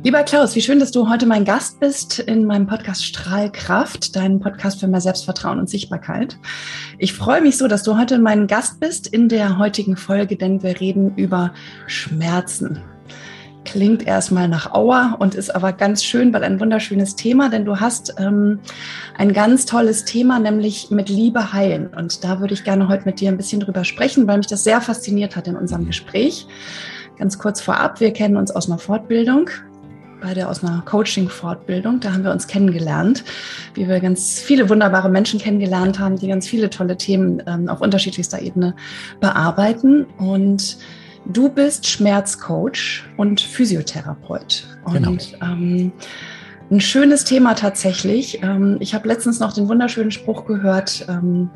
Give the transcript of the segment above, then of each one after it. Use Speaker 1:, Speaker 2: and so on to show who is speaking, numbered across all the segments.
Speaker 1: Lieber Klaus, wie schön, dass du heute mein Gast bist in meinem Podcast Strahlkraft, deinem Podcast für mehr Selbstvertrauen und Sichtbarkeit. Ich freue mich so, dass du heute mein Gast bist in der heutigen Folge, denn wir reden über Schmerzen. Klingt erstmal nach Aua und ist aber ganz schön, weil ein wunderschönes Thema, denn du hast ein ganz tolles Thema, nämlich mit Liebe heilen. Und da würde ich gerne heute mit dir ein bisschen drüber sprechen, weil mich das sehr fasziniert hat in unserem Gespräch. Ganz kurz vorab, wir kennen uns aus einer Fortbildung, beide aus einer Coaching-Fortbildung. Da haben wir uns kennengelernt, wie wir ganz viele wunderbare Menschen kennengelernt haben, die ganz viele tolle Themen auf unterschiedlichster Ebene bearbeiten. Und du bist Schmerzcoach und Physiotherapeut.
Speaker 2: Genau.
Speaker 1: Und ein schönes Thema tatsächlich. Ich habe letztens noch den wunderschönen Spruch gehört,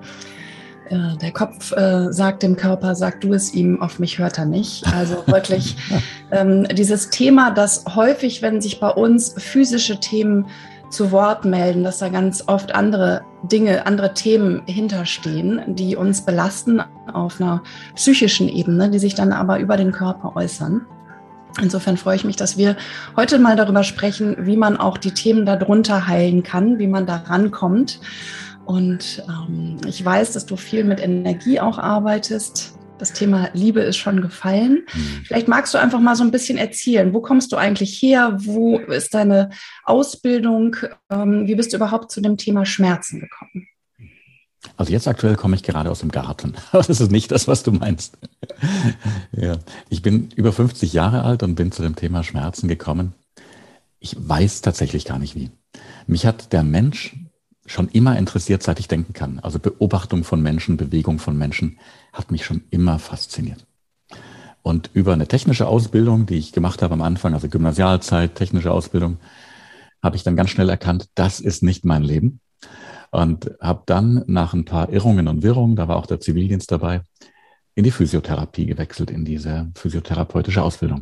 Speaker 1: der Kopf sagt dem Körper, sag du es ihm, auf mich hört er nicht. Also wirklich dieses Thema, dass häufig, wenn sich bei uns physische Themen zu Wort melden, dass da ganz oft andere Dinge, andere Themen hinterstehen, die uns belasten auf einer psychischen Ebene, die sich dann aber über den Körper äußern. Insofern freue ich mich, dass wir heute mal darüber sprechen, wie man auch die Themen darunter heilen kann, wie man da rankommt. Und ich weiß, dass du viel mit Energie auch arbeitest. Das Thema Liebe ist schon gefallen. Vielleicht magst du einfach mal so ein bisschen erzählen. Wo kommst du eigentlich her? Wo ist deine Ausbildung? Wie bist du überhaupt zu dem Thema Schmerzen gekommen?
Speaker 2: Also jetzt aktuell komme ich gerade aus dem Garten. Das ist nicht das, was du meinst. Ja. Ich bin über 50 Jahre alt und bin zu dem Thema Schmerzen gekommen. Ich weiß tatsächlich gar nicht wie. Mich hat der Mensch schon immer interessiert, seit ich denken kann. Also Beobachtung von Menschen, Bewegung von Menschen hat mich schon immer fasziniert. Und über eine technische Ausbildung, die ich gemacht habe am Anfang, also Gymnasialzeit, technische Ausbildung, habe ich dann ganz schnell erkannt, das ist nicht mein Leben. Und habe dann nach ein paar Irrungen und Wirrungen, da war auch der Zivildienst dabei, in die Physiotherapie gewechselt, in diese physiotherapeutische Ausbildung.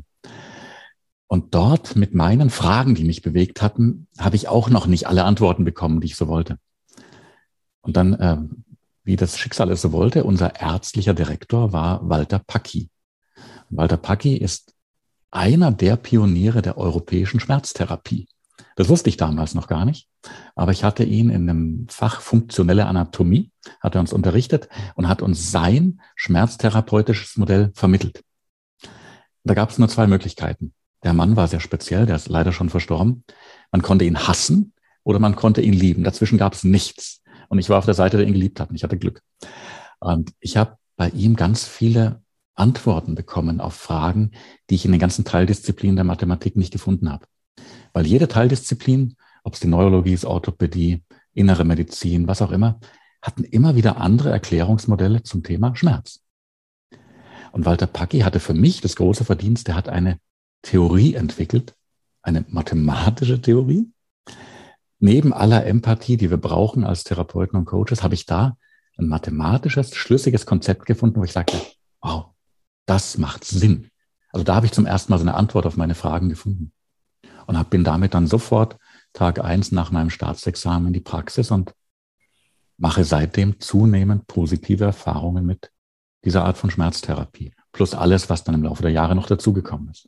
Speaker 2: Und dort mit meinen Fragen, die mich bewegt hatten, habe ich auch noch nicht alle Antworten bekommen, die ich so wollte. Und dann, wie das Schicksal es so wollte, unser ärztlicher Direktor war Walter Packi. Walter Packi ist einer der Pioniere der europäischen Schmerztherapie. Das wusste ich damals noch gar nicht, aber ich hatte ihn in einem Fach funktionelle Anatomie, hat er uns unterrichtet und hat uns sein schmerztherapeutisches Modell vermittelt. Da gab es nur zwei Möglichkeiten. Der Mann war sehr speziell, der ist leider schon verstorben. Man konnte ihn hassen oder man konnte ihn lieben. Dazwischen gab es nichts. Und ich war auf der Seite, der ihn geliebt hat. Und ich hatte Glück. Und ich habe bei ihm ganz viele Antworten bekommen auf Fragen, die ich in den ganzen Teildisziplinen der Mathematik nicht gefunden habe. Weil jede Teildisziplin, ob es die Neurologie ist, Orthopädie, innere Medizin, was auch immer, hatten immer wieder andere Erklärungsmodelle zum Thema Schmerz. Und Walter Packi hatte für mich das große Verdienst, er hat eine Theorie entwickelt, eine mathematische Theorie. Neben aller Empathie, die wir brauchen als Therapeuten und Coaches, habe ich da ein mathematisches, schlüssiges Konzept gefunden, wo ich sagte, wow, das macht Sinn. Also da habe ich zum ersten Mal so eine Antwort auf meine Fragen gefunden. Und bin damit dann sofort Tag 1 nach meinem Staatsexamen in die Praxis und mache seitdem zunehmend positive Erfahrungen mit dieser Art von Schmerztherapie. Plus alles, was dann im Laufe der Jahre noch dazugekommen ist.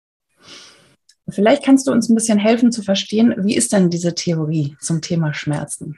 Speaker 1: Vielleicht kannst du uns ein bisschen helfen zu verstehen, wie ist denn diese Theorie zum Thema Schmerzen?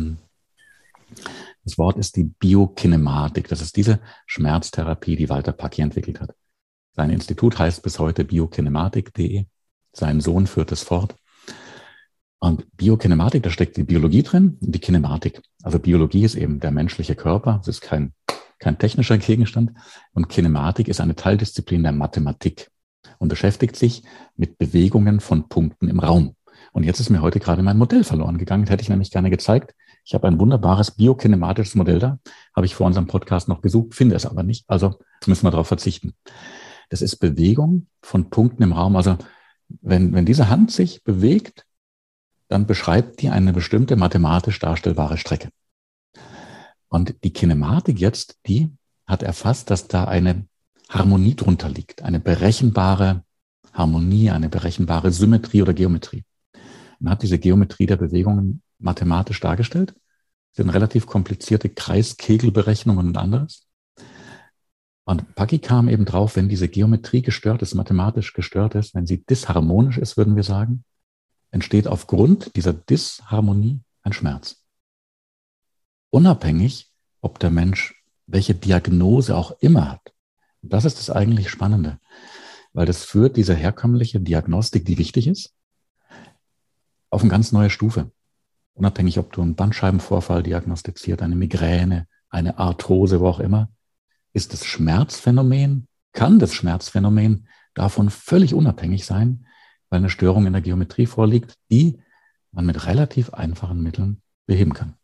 Speaker 2: Das Wort ist die Biokinematik. Das ist diese Schmerztherapie, die Walter Packi entwickelt hat. Sein Institut heißt bis heute biokinematik.de. Sein Sohn führt es fort. Und Biokinematik, da steckt die Biologie drin und die Kinematik. Also Biologie ist eben der menschliche Körper. Es ist kein technischer Gegenstand. Und Kinematik ist eine Teildisziplin der Mathematik und beschäftigt sich mit Bewegungen von Punkten im Raum. Und jetzt ist mir heute gerade mein Modell verloren gegangen. Das hätte ich nämlich gerne gezeigt. Ich habe ein wunderbares biokinematisches Modell da. Habe ich vor unserem Podcast noch gesucht, finde es aber nicht. Also müssen wir darauf verzichten. Das ist Bewegung von Punkten im Raum. Also wenn diese Hand sich bewegt, dann beschreibt die eine bestimmte mathematisch darstellbare Strecke. Und die Kinematik jetzt, die hat erfasst, dass da eine Harmonie drunter liegt, eine berechenbare Harmonie, eine berechenbare Symmetrie oder Geometrie. Man hat diese Geometrie der Bewegungen mathematisch dargestellt. Das sind relativ komplizierte Kreiskegelberechnungen und anderes. Und Paki kam eben drauf, wenn diese Geometrie gestört ist, mathematisch gestört ist, wenn sie disharmonisch ist, würden wir sagen, entsteht aufgrund dieser Disharmonie ein Schmerz. Unabhängig, ob der Mensch welche Diagnose auch immer hat. Und das ist das eigentlich Spannende, weil das führt diese herkömmliche Diagnostik, die wichtig ist, auf eine ganz neue Stufe. Unabhängig, ob du einen Bandscheibenvorfall diagnostiziert, eine Migräne, eine Arthrose, wo auch immer, ist das Schmerzphänomen, kann das Schmerzphänomen davon völlig unabhängig sein, weil eine Störung in der Geometrie vorliegt, die man mit relativ einfachen Mitteln beheben kann.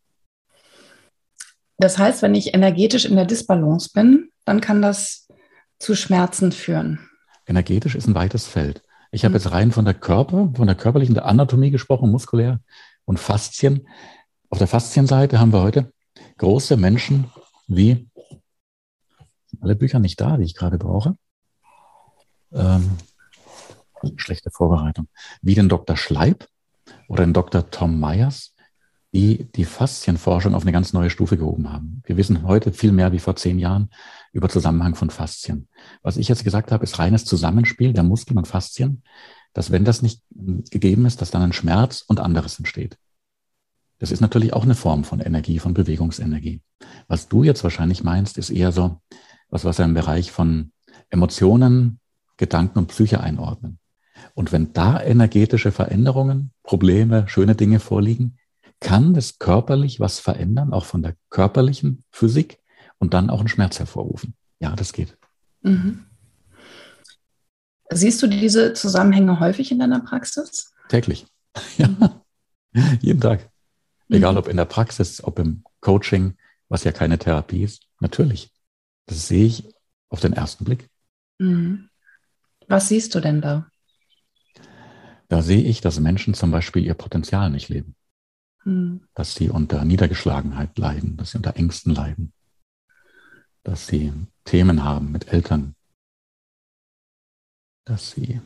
Speaker 1: Das heißt, wenn ich energetisch in der Disbalance bin, dann kann das zu Schmerzen führen.
Speaker 2: Energetisch ist ein weites Feld. Ich habe jetzt rein von der körperlichen, der Anatomie gesprochen, muskulär und Faszien. Auf der Faszienseite haben wir heute große Menschen wie, alle Bücher nicht da, die ich gerade brauche, schlechte Vorbereitung, wie den Dr. Schleib oder den Dr. Tom Myers, die die Faszienforschung auf eine ganz neue Stufe gehoben haben. Wir wissen heute viel mehr wie vor 10 Jahren über Zusammenhang von Faszien. Was ich jetzt gesagt habe, ist reines Zusammenspiel der Muskeln und Faszien, dass wenn das nicht gegeben ist, dass dann ein Schmerz und anderes entsteht. Das ist natürlich auch eine Form von Energie, von Bewegungsenergie. Was du jetzt wahrscheinlich meinst, ist eher so, was wir im Bereich von Emotionen, Gedanken und Psyche einordnen. Und wenn da energetische Veränderungen, Probleme, schöne Dinge vorliegen, kann das körperlich was verändern, auch von der körperlichen Physik und dann auch einen Schmerz hervorrufen. Ja, das geht.
Speaker 1: Mhm. Siehst du diese Zusammenhänge häufig in deiner Praxis?
Speaker 2: Täglich. Ja, jeden Tag. Egal ob in der Praxis, ob im Coaching, was ja keine Therapie ist. Natürlich. Das sehe ich auf den ersten Blick.
Speaker 1: Mhm. Was siehst du denn da?
Speaker 2: Da sehe ich, dass Menschen zum Beispiel ihr Potenzial nicht leben. Dass sie unter Niedergeschlagenheit leiden, dass sie unter Ängsten leiden, dass sie Themen haben mit Eltern, dass sie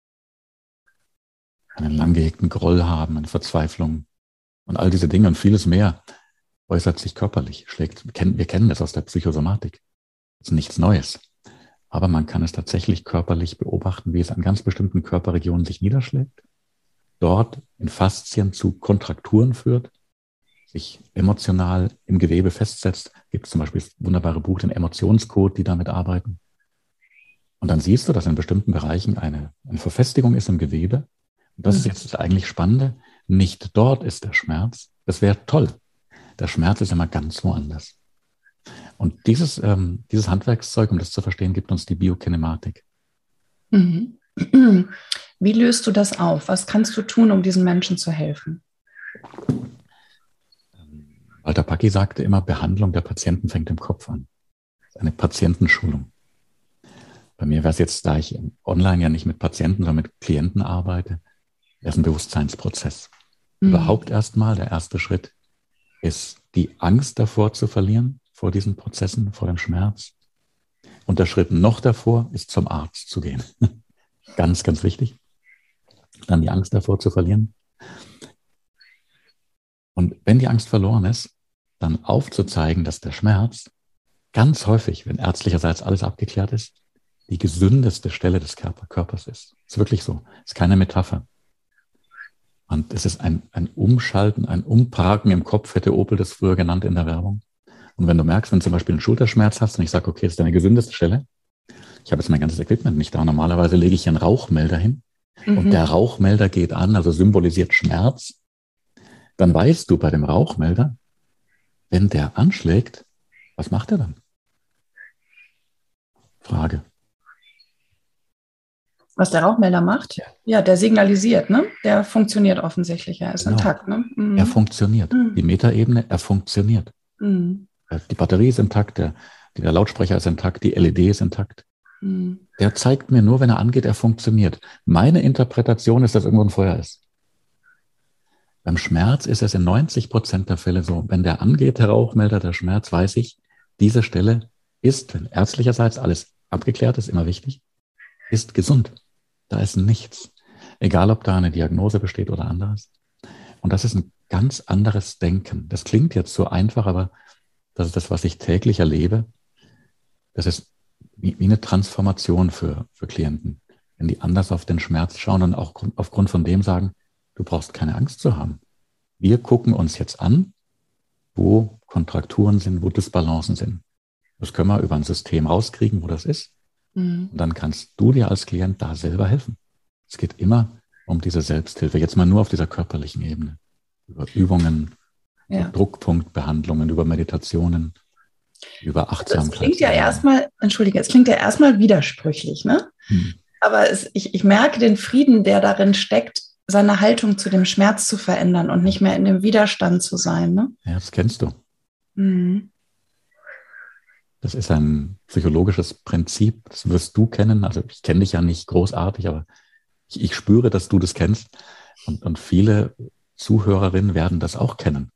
Speaker 2: einen lang gehegten Groll haben, eine Verzweiflung und all diese Dinge und vieles mehr äußert sich körperlich, wir kennen das aus der Psychosomatik. Das ist nichts Neues. Aber man kann es tatsächlich körperlich beobachten, wie es an ganz bestimmten Körperregionen sich niederschlägt, dort in Faszien zu Kontrakturen führt, sich emotional im Gewebe festsetzt. Gibt es zum Beispiel das wunderbare Buch, den Emotionscode, die damit arbeiten. Und dann siehst du, dass in bestimmten Bereichen eine Verfestigung ist im Gewebe. Und das ist jetzt das eigentlich Spannende. Nicht dort ist der Schmerz. Das wäre toll. Der Schmerz ist immer ganz woanders. Und dieses Handwerkszeug, um das zu verstehen, gibt uns die Biokinematik.
Speaker 1: Mhm. Wie löst du das auf? Was kannst du tun, um diesen Menschen zu helfen?
Speaker 2: Walter Paki sagte immer, Behandlung der Patienten fängt im Kopf an. Das ist eine Patientenschulung. Bei mir wäre es jetzt, da ich online ja nicht mit Patienten, sondern mit Klienten arbeite, wäre es ein Bewusstseinsprozess. Überhaupt erstmal, der erste Schritt ist die Angst davor zu verlieren, vor diesen Prozessen, vor dem Schmerz. Und der Schritt noch davor ist, zum Arzt zu gehen. Ganz, ganz wichtig. Dann die Angst davor zu verlieren. Und wenn die Angst verloren ist, dann aufzuzeigen, dass der Schmerz ganz häufig, wenn ärztlicherseits alles abgeklärt ist, die gesündeste Stelle des Körpers ist. Ist wirklich so. Ist keine Metapher. Und es ist ein Umschalten, ein Umparken im Kopf, hätte Opel das früher genannt in der Werbung. Und wenn du merkst, wenn du zum Beispiel einen Schulterschmerz hast und ich sage, okay, das ist deine gesündeste Stelle, ich habe jetzt mein ganzes Equipment nicht da, normalerweise lege ich hier einen Rauchmelder hin und der Rauchmelder geht an, also symbolisiert Schmerz, dann weißt du bei dem Rauchmelder, wenn der anschlägt, was macht er dann? Frage.
Speaker 1: Was der Rauchmelder macht? Ja, der signalisiert, ne? Der funktioniert offensichtlich, er ist intakt. Ne?
Speaker 2: Er funktioniert. Die Metaebene, er funktioniert. Die Batterie ist intakt, der Lautsprecher ist intakt, die LED ist intakt. Der zeigt mir nur, wenn er angeht, er funktioniert. Meine Interpretation ist, dass irgendwo ein Feuer ist. Beim Schmerz ist es in 90% der Fälle so, wenn der angeht, der Rauchmelder, der Schmerz, weiß ich, diese Stelle ist, wenn ärztlicherseits alles abgeklärt ist, immer wichtig, ist gesund. Da ist nichts. Egal, ob da eine Diagnose besteht oder anderes. Und das ist ein ganz anderes Denken. Das klingt jetzt so einfach, aber das ist das, was ich täglich erlebe. Das ist wie eine Transformation für Klienten. Wenn die anders auf den Schmerz schauen und auch aufgrund von dem sagen, du brauchst keine Angst zu haben. Wir gucken uns jetzt an, wo Kontrakturen sind, wo Dysbalancen sind. Das können wir über ein System rauskriegen, wo das ist. Und dann kannst du dir als Klient da selber helfen. Es geht immer um diese Selbsthilfe. Jetzt mal nur auf dieser körperlichen Ebene. Über Übungen, so Druckpunktbehandlungen, über Meditationen, über Achtsamkeit.
Speaker 1: Es klingt ja erstmal, es klingt ja erstmal widersprüchlich, ne? Aber ich merke den Frieden, der darin steckt, seine Haltung zu dem Schmerz zu verändern und nicht mehr in dem Widerstand zu sein, ne?
Speaker 2: Ja, das kennst du. Das ist ein psychologisches Prinzip, das wirst du kennen. Also ich kenne dich ja nicht großartig, aber ich spüre, dass du das kennst. Und viele Zuhörerinnen werden das auch kennen.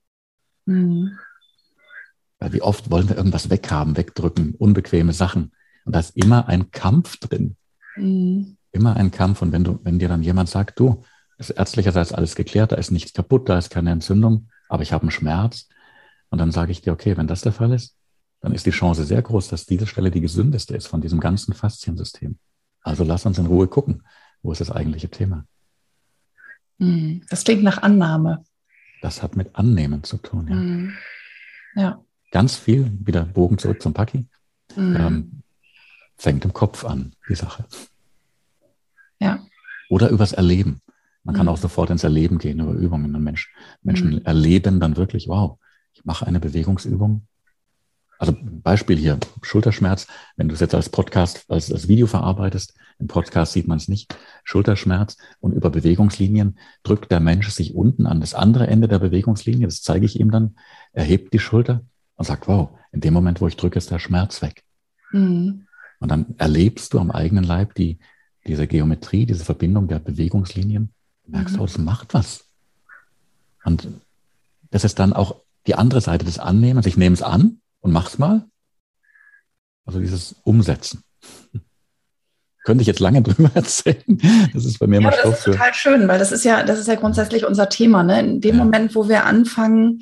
Speaker 2: Weil wie oft wollen wir irgendwas weghaben, wegdrücken, unbequeme Sachen. Und da ist immer ein Kampf drin. Immer ein Kampf. Und wenn dir dann jemand sagt, du, ist ärztlicherseits alles geklärt, da ist nichts kaputt, da ist keine Entzündung, aber ich habe einen Schmerz. Und dann sage ich dir, okay, wenn das der Fall ist, dann ist die Chance sehr groß, dass diese Stelle die gesündeste ist von diesem ganzen Fasziensystem. Also lass uns in Ruhe gucken, wo ist das eigentliche Thema.
Speaker 1: Das klingt nach Annahme.
Speaker 2: Das hat mit Annehmen zu tun, ja.
Speaker 1: Ja.
Speaker 2: Ganz viel, wieder Bogen zurück zum Paki, fängt im Kopf an, die Sache.
Speaker 1: Ja.
Speaker 2: Oder übers Erleben. Man kann auch sofort ins Erleben gehen über Übungen. Und Menschen erleben dann wirklich, wow, ich mache eine Bewegungsübung. Also Beispiel hier, Schulterschmerz, wenn du es jetzt als Podcast, als Video verarbeitest, im Podcast sieht man es nicht, Schulterschmerz und über Bewegungslinien drückt der Mensch sich unten an das andere Ende der Bewegungslinie, das zeige ich ihm dann, er hebt die Schulter und sagt, wow, in dem Moment, wo ich drücke, ist der Schmerz weg. Und dann erlebst du am eigenen Leib diese Geometrie, diese Verbindung der Bewegungslinien, merkst du, es macht was. Und das ist dann auch die andere Seite des Annehmens, ich nehme es an, und mach's mal. Also dieses Umsetzen. Könnte ich jetzt lange drüber erzählen. Das ist bei mir mal Stoff.
Speaker 1: Das ist total schön, weil das ist ja grundsätzlich unser Thema. Ne? In dem Moment, wo wir anfangen,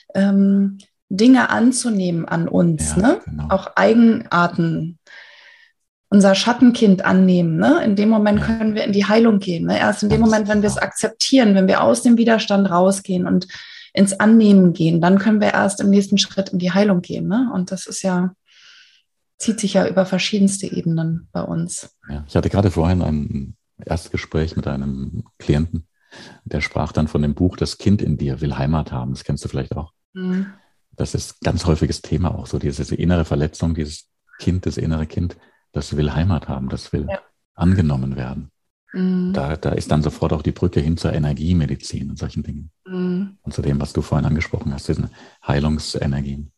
Speaker 1: Dinge anzunehmen an uns, ne? Genau. Auch Eigenarten, unser Schattenkind annehmen, ne? In dem Moment können wir in die Heilung gehen. Ne? Erst in dem Moment, wenn wir es akzeptieren, wenn wir aus dem Widerstand rausgehen und ins Annehmen gehen, dann können wir erst im nächsten Schritt in die Heilung gehen. Ne? Und das ist zieht sich ja über verschiedenste Ebenen bei uns.
Speaker 2: Ja, ich hatte gerade vorhin ein Erstgespräch mit einem Klienten, der sprach dann von dem Buch Das Kind in dir will Heimat haben. Das kennst du vielleicht auch. Das ist ein ganz häufiges Thema auch so, diese innere Verletzung, dieses Kind, das innere Kind, das will Heimat haben, das will angenommen werden. Da ist dann sofort auch die Brücke hin zur Energiemedizin und solchen Dingen. Und zu dem, was du vorhin angesprochen hast, diesen Heilungsenergien.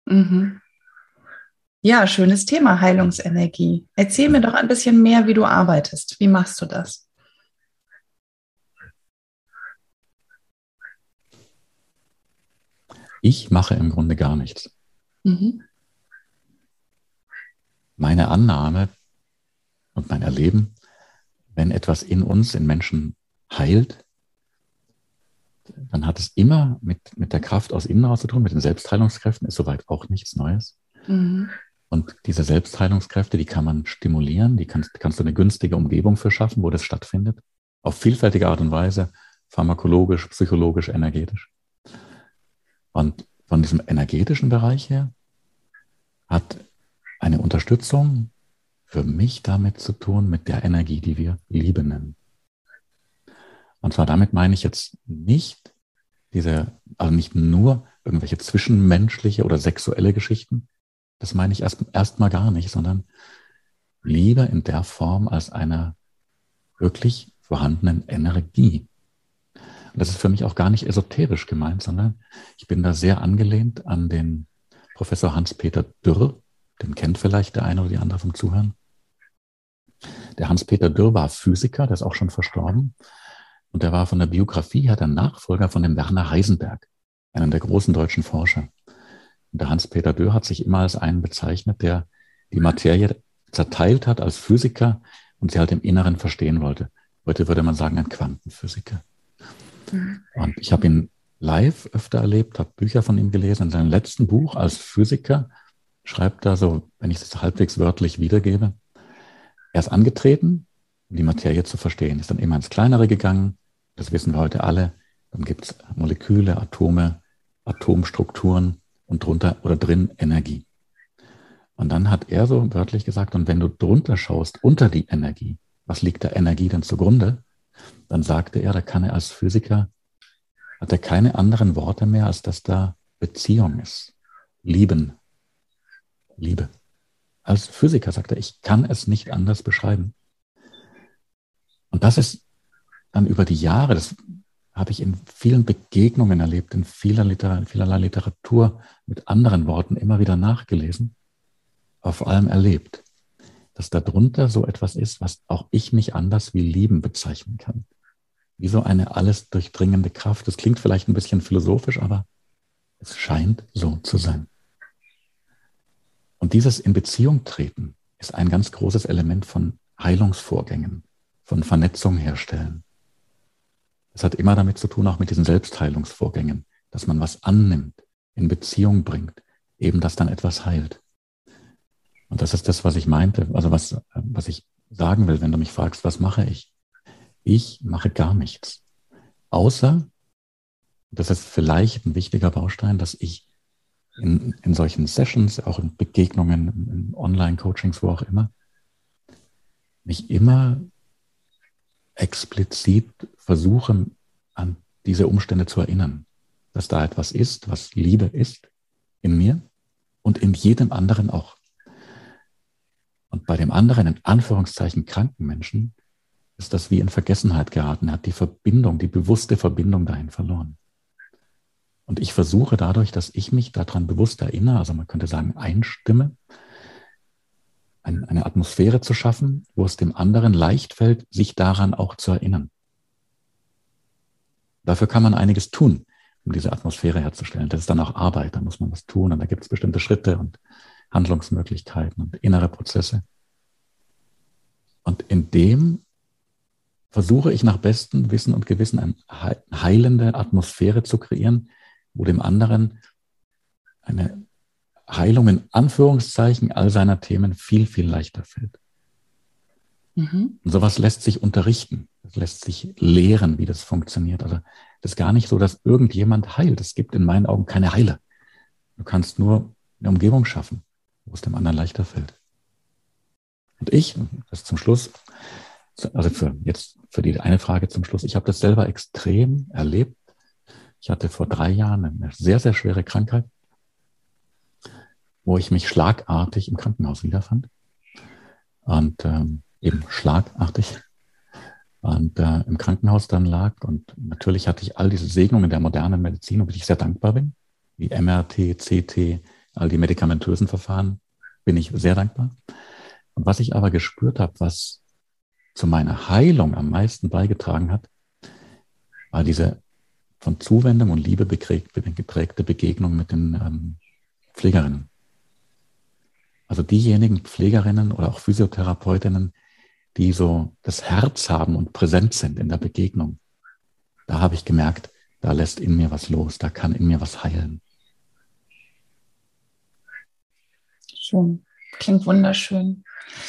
Speaker 1: Ja, schönes Thema, Heilungsenergie. Erzähl mir doch ein bisschen mehr, wie du arbeitest. Wie machst du das?
Speaker 2: Ich mache im Grunde gar nichts. Meine Annahme und mein Erleben, wenn etwas in uns, in Menschen heilt, dann hat es immer mit der Kraft aus innen heraus zu tun, mit den Selbstheilungskräften, ist soweit auch nichts Neues. Und diese Selbstheilungskräfte, die kann man stimulieren, kannst du eine günstige Umgebung für schaffen, wo das stattfindet, auf vielfältige Art und Weise, pharmakologisch, psychologisch, energetisch. Und von diesem energetischen Bereich her hat eine Unterstützung für mich damit zu tun, mit der Energie, die wir Liebe nennen. Und zwar damit meine ich jetzt nicht nicht nur irgendwelche zwischenmenschliche oder sexuelle Geschichten. Das meine ich erstmal gar nicht, sondern Liebe in der Form als einer wirklich vorhandenen Energie. Und das ist für mich auch gar nicht esoterisch gemeint, sondern ich bin da sehr angelehnt an den Professor Hans-Peter Dürr. Den kennt vielleicht der eine oder die andere vom Zuhören. Der Hans-Peter Dürr war Physiker, der ist auch schon verstorben. Und der war von der Biografie her der Nachfolger von dem Werner Heisenberg, einem der großen deutschen Forscher. Und der Hans-Peter Dürr hat sich immer als einen bezeichnet, der die Materie zerteilt hat als Physiker und sie halt im Inneren verstehen wollte. Heute würde man sagen, ein Quantenphysiker. Und ich habe ihn live öfter erlebt, habe Bücher von ihm gelesen. In seinem letzten Buch als Physiker schreibt da so, wenn ich es halbwegs wörtlich wiedergebe, er ist angetreten, um die Materie zu verstehen, ist dann immer ins Kleinere gegangen, das wissen wir heute alle, dann gibt es Moleküle, Atome, Atomstrukturen und drunter oder drin Energie. Und dann hat er so wörtlich gesagt, und wenn du drunter schaust, unter die Energie, was liegt der Energie denn zugrunde? Dann sagte er, da kann er als Physiker, hat er keine anderen Worte mehr, als dass da Beziehung ist. Lieben. Liebe. Als Physiker sagt er, ich kann es nicht anders beschreiben. Und das ist dann über die Jahre, das habe ich in vielen Begegnungen erlebt, in vielerlei Literatur mit anderen Worten immer wieder nachgelesen, aber vor allem erlebt, dass darunter so etwas ist, was auch ich nicht anders wie Lieben bezeichnen kann. Wie so eine alles durchdringende Kraft. Das klingt vielleicht ein bisschen philosophisch, aber es scheint so zu sein. Und dieses in Beziehung treten ist ein ganz großes Element von Heilungsvorgängen, von Vernetzung herstellen. Das hat immer damit zu tun, auch mit diesen Selbstheilungsvorgängen, dass man was annimmt, in Beziehung bringt, eben dass dann etwas heilt. Und das ist das, was ich meinte, also was ich sagen will, wenn du mich fragst, was mache ich? Ich mache gar nichts. Außer, das ist vielleicht ein wichtiger Baustein, dass ich in solchen Sessions, auch in Begegnungen, in Online-Coachings, wo auch immer, mich immer explizit versuche, an diese Umstände zu erinnern, dass da etwas ist, was Liebe ist in mir und in jedem anderen auch. Und bei dem anderen, in Anführungszeichen kranken Menschen, ist das wie in Vergessenheit geraten. Er hat die Verbindung, die bewusste Verbindung dahin verloren. Und ich versuche dadurch, dass ich mich daran bewusst erinnere, also man könnte sagen, einstimme, eine Atmosphäre zu schaffen, wo es dem anderen leicht fällt, sich daran auch zu erinnern. Dafür kann man einiges tun, um diese Atmosphäre herzustellen. Das ist dann auch Arbeit, da muss man was tun und da gibt es bestimmte Schritte und Handlungsmöglichkeiten und innere Prozesse. Und in dem versuche ich nach bestem Wissen und Gewissen eine heilende Atmosphäre zu kreieren, wo dem anderen eine Heilung in Anführungszeichen all seiner Themen viel, viel leichter fällt. Und sowas lässt sich unterrichten, das lässt sich lehren, wie das funktioniert. Also das ist gar nicht so, dass irgendjemand heilt. Es gibt in meinen Augen keine Heiler. Du kannst nur eine Umgebung schaffen, wo es dem anderen leichter fällt. Und ich, das zum Schluss, also für die eine Frage zum Schluss, ich habe das selber extrem erlebt. Ich hatte vor 3 Jahren eine sehr, sehr schwere Krankheit, wo ich mich schlagartig im Krankenhaus wiederfand. Und eben schlagartig. Und im Krankenhaus dann lag. Und natürlich hatte ich all diese Segnungen der modernen Medizin, und ich sehr dankbar bin. Wie MRT, CT, all die medikamentösen Verfahren, bin ich sehr dankbar. Und was ich aber gespürt habe, was zu meiner Heilung am meisten beigetragen hat, war diese von Zuwendung und Liebe geprägte Begegnung mit den Pflegerinnen. Also diejenigen Pflegerinnen oder auch Physiotherapeutinnen, die so das Herz haben und präsent sind in der Begegnung. Da habe ich gemerkt, da lässt in mir was los, da kann in mir was heilen.
Speaker 1: Schön, klingt wunderschön.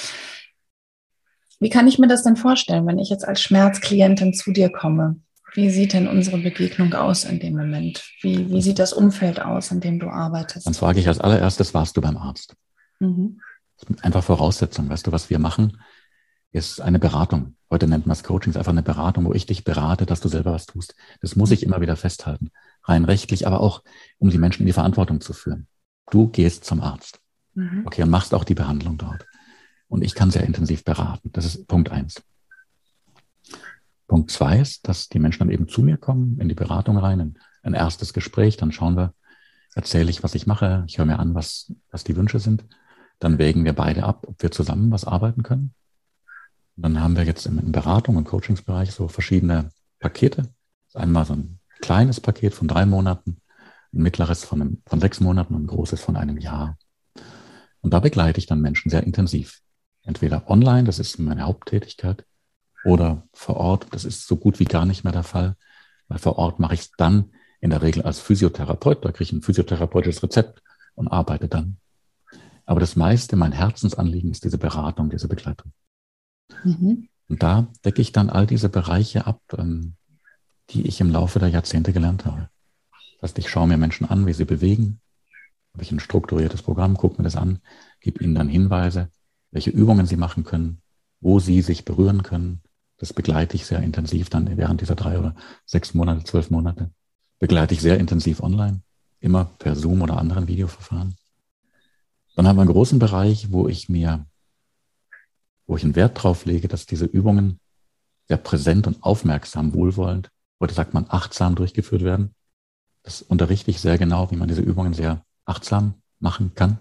Speaker 1: Wie kann ich mir das denn vorstellen, wenn ich jetzt als Schmerzklientin zu dir komme? Wie sieht denn unsere Begegnung aus in dem Moment? Wie sieht das Umfeld aus, in dem du arbeitest?
Speaker 2: Dann frage ich als allererstes, warst du beim Arzt? Das ist einfach Voraussetzung. Weißt du, was wir machen, ist eine Beratung. Heute nennt man es Coaching, ist einfach eine Beratung, wo ich dich berate, dass du selber was tust. Das muss ich immer wieder festhalten. Rein rechtlich, aber auch, um die Menschen in die Verantwortung zu führen. Du gehst zum Arzt. Okay, und machst auch die Behandlung dort. Und ich kann sehr intensiv beraten. Das ist Punkt 1. Punkt 2 ist, dass die Menschen dann eben zu mir kommen, in die Beratung rein, in ein erstes Gespräch, dann schauen wir, erzähle ich, was ich mache, ich höre mir an, was die Wünsche sind. Dann wägen wir beide ab, ob wir zusammen was arbeiten können. Und dann haben wir jetzt im Beratung- und Coachingsbereich so verschiedene Pakete. Einmal so ein kleines Paket von 3 Monaten, ein mittleres von 6 Monaten und ein großes von 1 Jahr. Und da begleite ich dann Menschen sehr intensiv. Entweder online, das ist meine Haupttätigkeit, oder vor Ort, das ist so gut wie gar nicht mehr der Fall, weil vor Ort mache ich es dann in der Regel als Physiotherapeut, da kriege ich ein physiotherapeutisches Rezept und arbeite dann. Aber das meiste, mein Herzensanliegen ist diese Beratung, diese Begleitung.
Speaker 1: Mhm.
Speaker 2: Und da decke ich dann all diese Bereiche ab, die ich im Laufe der Jahrzehnte gelernt habe. Das heißt, ich schaue mir Menschen an, wie sie bewegen, habe ich ein strukturiertes Programm, gucke mir das an, gebe ihnen dann Hinweise, welche Übungen sie machen können, wo sie sich berühren können. Das begleite ich sehr intensiv dann während dieser 3 oder 6 Monate, 12 Monate. Begleite ich sehr intensiv online, immer per Zoom oder anderen Videoverfahren. Dann haben wir einen großen Bereich, wo ich einen Wert drauf lege, dass diese Übungen sehr präsent und aufmerksam, wohlwollend, heute sagt man achtsam durchgeführt werden. Das unterrichte ich sehr genau, wie man diese Übungen sehr achtsam machen kann.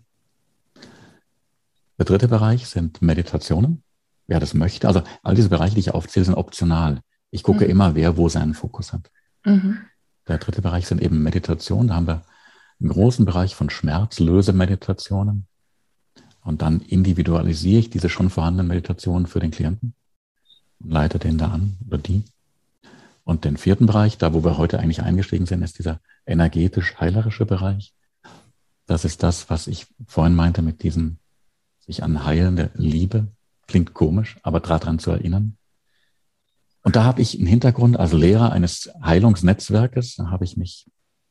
Speaker 2: Der dritte Bereich sind Meditationen. Wer das möchte, also all diese Bereiche, die ich aufzähle, sind optional. Ich gucke immer, wer wo seinen Fokus hat.
Speaker 1: Mhm.
Speaker 2: Der dritte Bereich sind eben Meditationen. Da haben wir einen großen Bereich von Schmerzlösemeditationen. Und dann individualisiere ich diese schon vorhandenen Meditationen für den Klienten und leite den da an oder die. Und den vierten Bereich, da wo wir heute eigentlich eingestiegen sind, ist dieser energetisch-heilerische Bereich. Das ist das, was ich vorhin meinte mit diesem sich an heilende Liebe. Klingt komisch, aber daran zu erinnern. Und da habe ich einen Hintergrund als Lehrer eines Heilungsnetzwerkes. Da habe ich mich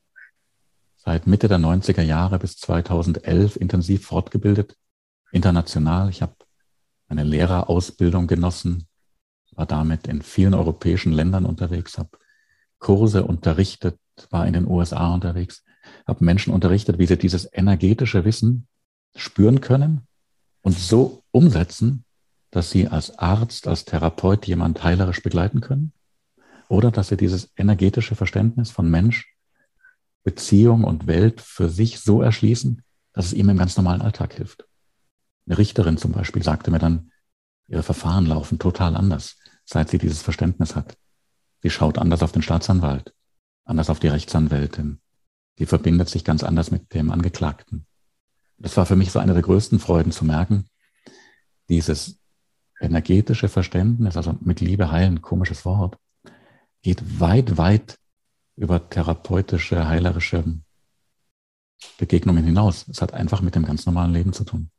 Speaker 2: seit Mitte der 90er Jahre bis 2011 intensiv fortgebildet, international. Ich habe eine Lehrerausbildung genossen, war damit in vielen europäischen Ländern unterwegs, habe Kurse unterrichtet, war in den USA unterwegs, habe Menschen unterrichtet, wie sie dieses energetische Wissen spüren können und so umsetzen, dass sie als Arzt, als Therapeut jemand heilerisch begleiten können oder dass sie dieses energetische Verständnis von Mensch, Beziehung und Welt für sich so erschließen, dass es ihm im ganz normalen Alltag hilft. Eine Richterin zum Beispiel sagte mir dann, ihre Verfahren laufen total anders, seit sie dieses Verständnis hat. Sie schaut anders auf den Staatsanwalt, anders auf die Rechtsanwältin. Die verbindet sich ganz anders mit dem Angeklagten. Das war für mich so eine der größten Freuden zu merken, dieses energetische Verständnis, also mit Liebe heilen, komisches Wort, geht weit, weit über therapeutische, heilerische Begegnungen hinaus. Es hat einfach mit dem ganz normalen Leben zu tun.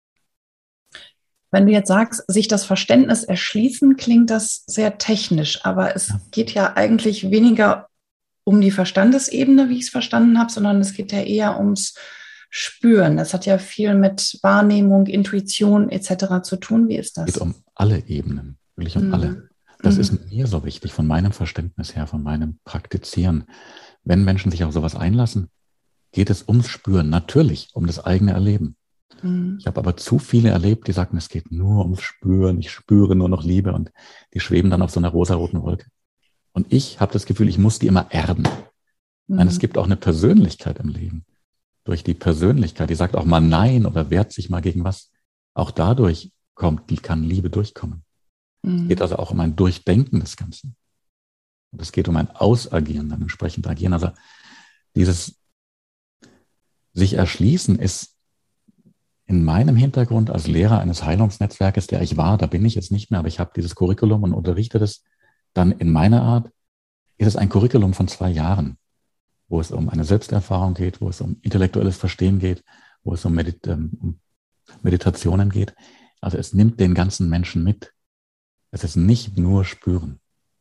Speaker 1: Wenn du jetzt sagst, sich das Verständnis erschließen, klingt das sehr technisch, aber es geht ja eigentlich weniger um die Verstandesebene, wie ich es verstanden habe, sondern es geht ja eher ums Spüren. Das hat ja viel mit Wahrnehmung, Intuition etc. zu tun. Wie ist das?
Speaker 2: Es geht um alle Ebenen, wirklich um alle. Das ist mir so wichtig, von meinem Verständnis her, von meinem Praktizieren. Wenn Menschen sich auf sowas einlassen, geht es ums Spüren, natürlich um das eigene Erleben. Ich habe aber zu viele erlebt, die sagen, es geht nur ums Spüren, ich spüre nur noch Liebe und die schweben dann auf so einer rosaroten Wolke. Und ich habe das Gefühl, ich muss die immer erden. Nein, es gibt auch eine Persönlichkeit im Leben. Durch die Persönlichkeit, die sagt auch mal Nein oder wehrt sich mal gegen was. Auch dadurch kann Liebe durchkommen. Es geht also auch um ein Durchdenken des Ganzen. Und es geht um ein Ausagieren, dann entsprechend agieren. Also dieses sich erschließen ist in meinem Hintergrund als Lehrer eines Heilungsnetzwerkes, der ich war, da bin ich jetzt nicht mehr, aber ich habe dieses Curriculum und unterrichte das dann in meiner Art, ist es ein Curriculum von 2 Jahren, wo es um eine Selbsterfahrung geht, wo es um intellektuelles Verstehen geht, wo es um Meditationen geht. Also es nimmt den ganzen Menschen mit. Es ist nicht nur Spüren.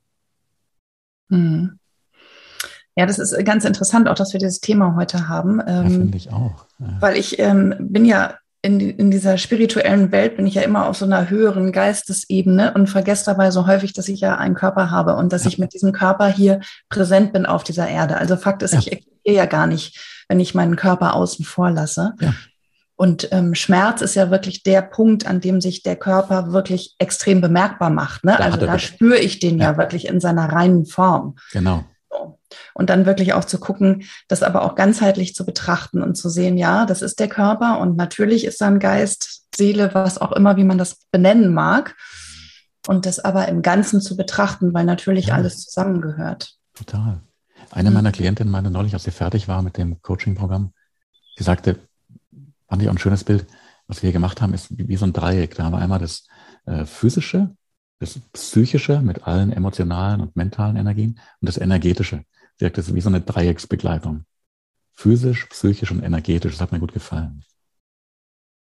Speaker 1: Ja, das ist ganz interessant, auch dass wir dieses Thema heute haben.
Speaker 2: Ja, finde ich auch. Ja.
Speaker 1: Weil ich bin ja in dieser spirituellen Welt, bin ich ja immer auf so einer höheren Geistesebene und vergesse dabei so häufig, dass ich ja einen Körper habe und dass ich mit diesem Körper hier präsent bin auf dieser Erde. Also Fakt ist, ich existiere ja gar nicht, wenn ich meinen Körper außen vor lasse. Ja. Und Schmerz ist ja wirklich der Punkt, an dem sich der Körper wirklich extrem bemerkbar macht. Ne? Also da spüre ich den ja wirklich in seiner reinen Form.
Speaker 2: Genau.
Speaker 1: Und dann wirklich auch zu gucken, das aber auch ganzheitlich zu betrachten und zu sehen, ja, das ist der Körper und natürlich ist dann Geist, Seele, was auch immer, wie man das benennen mag. Und das aber im Ganzen zu betrachten, weil natürlich alles zusammengehört.
Speaker 2: Total. Eine meiner Klientinnen meinte neulich, als sie fertig war mit dem Coaching-Programm, sie sagte, fand ich auch ein schönes Bild, was wir hier gemacht haben, ist wie so ein Dreieck. Da haben wir einmal das Physische, das Psychische mit allen emotionalen und mentalen Energien und das Energetische. Das ist wie so eine Dreiecksbegleitung. Physisch, psychisch und energetisch. Das hat mir gut gefallen.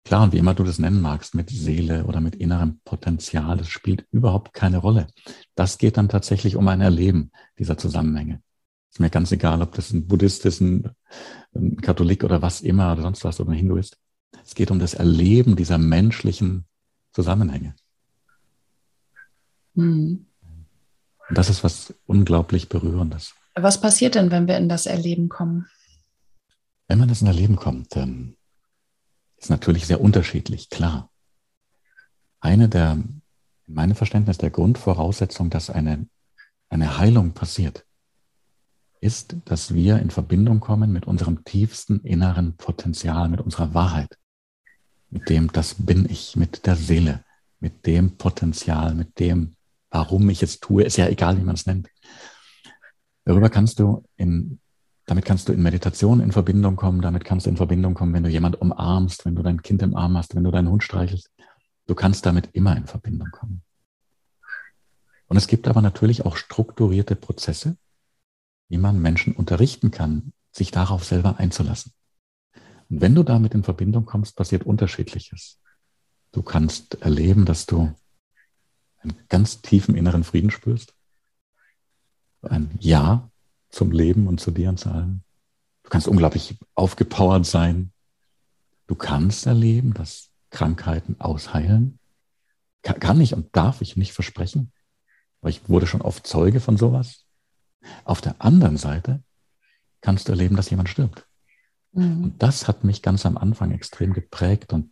Speaker 2: Klar, und wie immer du das nennen magst, mit Seele oder mit innerem Potenzial, das spielt überhaupt keine Rolle. Das geht dann tatsächlich um ein Erleben dieser Zusammenhänge. Ist mir ganz egal, ob das ein Buddhist ist, ein Katholik oder was immer oder sonst was oder ein Hindu ist. Es geht um das Erleben dieser menschlichen Zusammenhänge.
Speaker 1: Mhm.
Speaker 2: Und das ist was unglaublich Berührendes.
Speaker 1: Was passiert denn, wenn wir in das Erleben kommen?
Speaker 2: Wenn man das in Erleben kommt, dann ist natürlich sehr unterschiedlich, klar. In meinem Verständnis, der Grundvoraussetzung, dass eine Heilung passiert, ist, dass wir in Verbindung kommen mit unserem tiefsten inneren Potenzial, mit unserer Wahrheit, mit dem, das bin ich, mit der Seele, mit dem Potenzial, mit dem, warum ich es tue, ist ja egal, wie man es nennt. Damit kannst du in Meditation in Verbindung kommen, damit kannst du in Verbindung kommen, wenn du jemand umarmst, wenn du dein Kind im Arm hast, wenn du deinen Hund streichelst. Du kannst damit immer in Verbindung kommen. Und es gibt aber natürlich auch strukturierte Prozesse, wie man Menschen unterrichten kann, sich darauf selber einzulassen. Und wenn du damit in Verbindung kommst, passiert Unterschiedliches. Du kannst erleben, dass du einen ganz tiefen inneren Frieden spürst, ein Ja zum Leben und zu dir und zu allem. Du kannst unglaublich aufgepowert sein. Du kannst erleben, dass Krankheiten ausheilen. Kann ich und darf ich nicht versprechen, weil ich wurde schon oft Zeuge von sowas. Auf der anderen Seite kannst du erleben, dass jemand stirbt. Mhm. Und das hat mich ganz am Anfang extrem geprägt und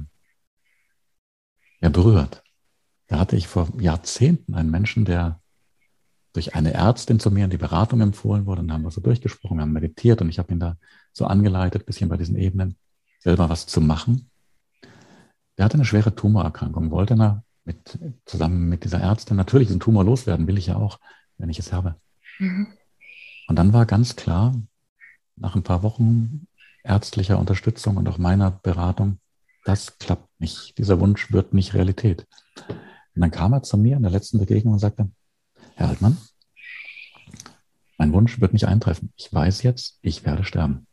Speaker 2: berührt. Da hatte ich vor Jahrzehnten einen Menschen, der durch eine Ärztin zu mir in die Beratung empfohlen wurde, und dann haben wir so durchgesprochen, haben meditiert und ich habe ihn da so angeleitet, ein bisschen bei diesen Ebenen selber was zu machen. Der hatte eine schwere Tumorerkrankung, wollte zusammen mit dieser Ärztin natürlich diesen Tumor loswerden, will ich ja auch, wenn ich es habe. Mhm. Und dann war ganz klar, nach ein paar Wochen ärztlicher Unterstützung und auch meiner Beratung, das klappt nicht. Dieser Wunsch wird nicht Realität. Und dann kam er zu mir in der letzten Begegnung und sagte, Herr Altmann, mein Wunsch wird nicht eintreffen. Ich weiß jetzt, ich werde sterben.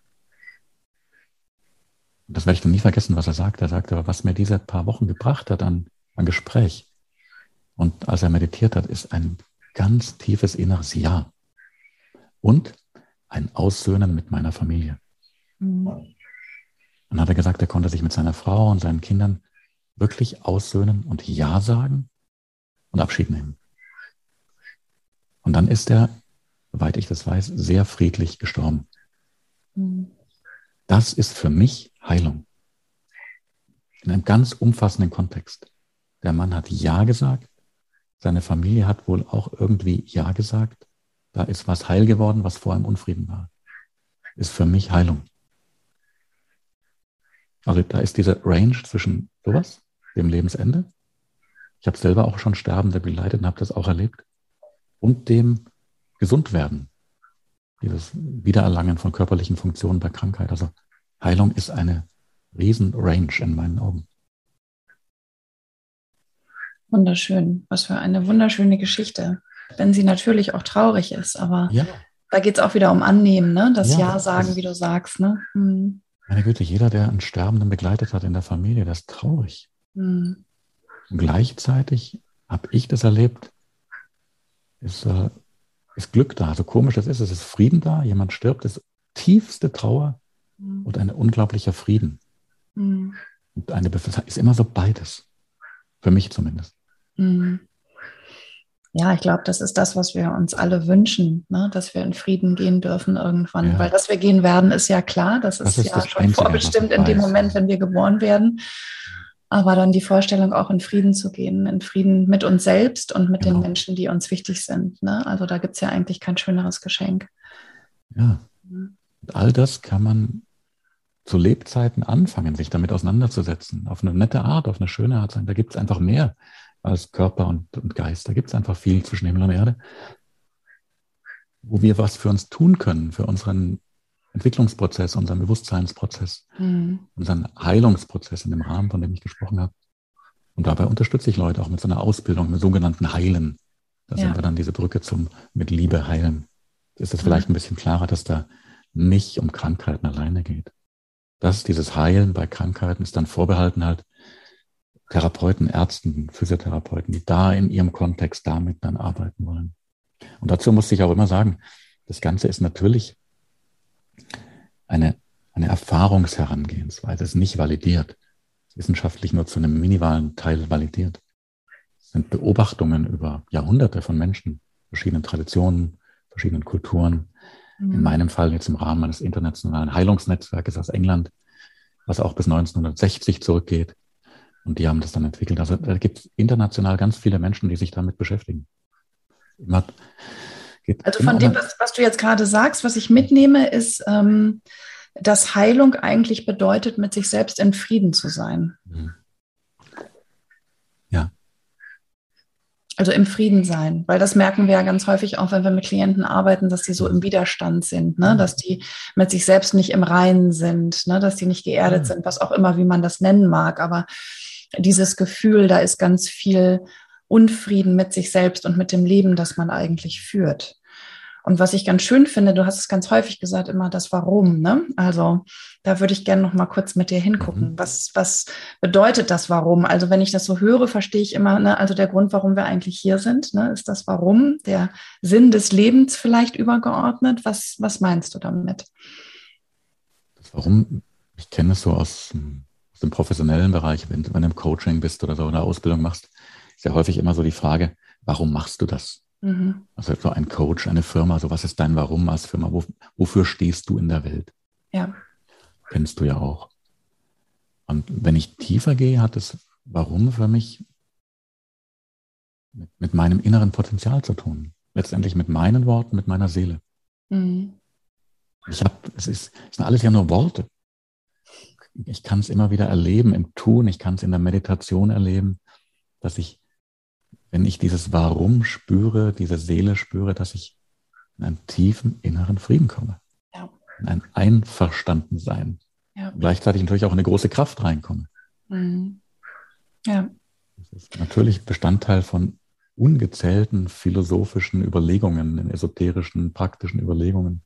Speaker 2: Und das werde ich dann nie vergessen, was er sagte. Er sagte, aber was mir diese paar Wochen gebracht hat an Gespräch und als er meditiert hat, ist ein ganz tiefes inneres Ja und ein Aussöhnen mit meiner Familie. Mhm. Dann hat er gesagt, er konnte sich mit seiner Frau und seinen Kindern wirklich aussöhnen und Ja sagen und Abschied nehmen. Und dann ist er, soweit ich das weiß, sehr friedlich gestorben. Mhm. Das ist für mich Heilung. In einem ganz umfassenden Kontext. Der Mann hat Ja gesagt, seine Familie hat wohl auch irgendwie Ja gesagt. Da ist was heil geworden, was vorher im Unfrieden war. Ist für mich Heilung. Also da ist diese Range zwischen sowas, dem Lebensende. Ich habe selber auch schon Sterbende begleitet und habe das auch erlebt. Und dem Gesundwerden. Dieses Wiedererlangen von körperlichen Funktionen bei Krankheit. Also Heilung ist eine riesen Range in meinen Augen.
Speaker 1: Wunderschön. Was für eine wunderschöne Geschichte. Wenn sie natürlich auch traurig ist, aber ja. Da geht es auch wieder um Annehmen, ne? Das Ja sagen, wie du sagst. Ne? Hm.
Speaker 2: Meine Güte, jeder, der einen Sterbenden begleitet hat in der Familie, der ist traurig. Hm. Und gleichzeitig habe ich das erlebt, ist Glück da. So komisch das ist, es ist Frieden da, jemand stirbt, ist tiefste Trauer und ein unglaublicher Frieden. Mhm. Und ist immer so beides. Für mich zumindest.
Speaker 1: Mhm. Ja, ich glaube, das ist das, was wir uns alle wünschen, ne? Dass wir in Frieden gehen dürfen irgendwann. Ja. Weil dass wir gehen werden, ist ja klar. Das ist ja schon Einzige, vorbestimmt in dem Moment, wenn wir geboren werden. Aber dann die Vorstellung, auch in Frieden zu gehen, in Frieden mit uns selbst und mit den Menschen, die uns wichtig sind. Ne? Also da gibt es ja eigentlich kein schöneres Geschenk.
Speaker 2: Ja, und all das kann man zu Lebzeiten anfangen, sich damit auseinanderzusetzen. Auf eine nette Art, auf eine schöne Art sein. Da gibt es einfach mehr als Körper und Geist. Da gibt es einfach viel zwischen Himmel und Erde, wo wir was für uns tun können, für unseren Entwicklungsprozess, unseren Bewusstseinsprozess, unseren Heilungsprozess in dem Rahmen, von dem ich gesprochen habe. Und dabei unterstütze ich Leute auch mit so einer Ausbildung, mit sogenannten Heilen. Da sind wir dann diese Brücke mit Liebe heilen. Ist das vielleicht ein bisschen klarer, dass da nicht um Krankheiten alleine geht, dieses Heilen bei Krankheiten ist dann vorbehalten halt Therapeuten, Ärzten, Physiotherapeuten, die da in ihrem Kontext damit dann arbeiten wollen. Und dazu muss ich auch immer sagen, das Ganze ist natürlich eine Erfahrungsherangehensweise, es ist nicht validiert, wissenschaftlich nur zu einem minimalen Teil validiert. Es sind Beobachtungen über Jahrhunderte von Menschen, verschiedenen Traditionen, verschiedenen Kulturen. In meinem Fall jetzt im Rahmen meines internationalen Heilungsnetzwerkes aus England, was auch bis 1960 zurückgeht. Und die haben das dann entwickelt. Also da gibt es international ganz viele Menschen, die sich damit beschäftigen.
Speaker 1: Also von dem, was du jetzt gerade sagst, was ich mitnehme, ist, dass Heilung eigentlich bedeutet, mit sich selbst in Frieden zu sein.
Speaker 2: Ja.
Speaker 1: Also im Frieden sein, weil das merken wir ja ganz häufig auch, wenn wir mit Klienten arbeiten, dass die so im Widerstand sind, ne? Dass die mit sich selbst nicht im Reinen sind, ne? Dass die nicht geerdet sind, was auch immer, wie man das nennen mag. Aber dieses Gefühl, da ist ganz viel Unfrieden mit sich selbst und mit dem Leben, das man eigentlich führt. Und was ich ganz schön finde, du hast es ganz häufig gesagt, immer das Warum, ne? Also da würde ich gerne noch mal kurz mit dir hingucken. Was bedeutet das Warum? Also wenn ich das so höre, verstehe ich immer, ne? Also der Grund, warum wir eigentlich hier sind, ne? Ist das Warum, der Sinn des Lebens vielleicht übergeordnet? Was meinst du damit?
Speaker 2: Das Warum, ich kenne es so aus dem professionellen Bereich, wenn du im Coaching bist oder so eine Ausbildung machst, ist ja häufig immer so die Frage, warum machst du das? Also so ein Coach, eine Firma, so was ist dein Warum als Firma? Wofür stehst du in der Welt?
Speaker 1: Ja.
Speaker 2: Kennst du ja auch. Und wenn ich tiefer gehe, hat das Warum für mich mit meinem inneren Potenzial zu tun. Letztendlich mit meinen Worten, mit meiner Seele. Es sind alles ja nur Worte. Ich kann es immer wieder erleben im Tun, ich kann es in der Meditation erleben, dass wenn ich dieses Warum spüre, diese Seele spüre, dass ich in einen tiefen inneren Frieden komme.
Speaker 1: Ja.
Speaker 2: In ein Einverstandensein.
Speaker 1: Ja.
Speaker 2: Gleichzeitig natürlich auch in eine große Kraft reinkomme.
Speaker 1: Ja.
Speaker 2: Das ist natürlich Bestandteil von ungezählten philosophischen Überlegungen, esoterischen, praktischen Überlegungen.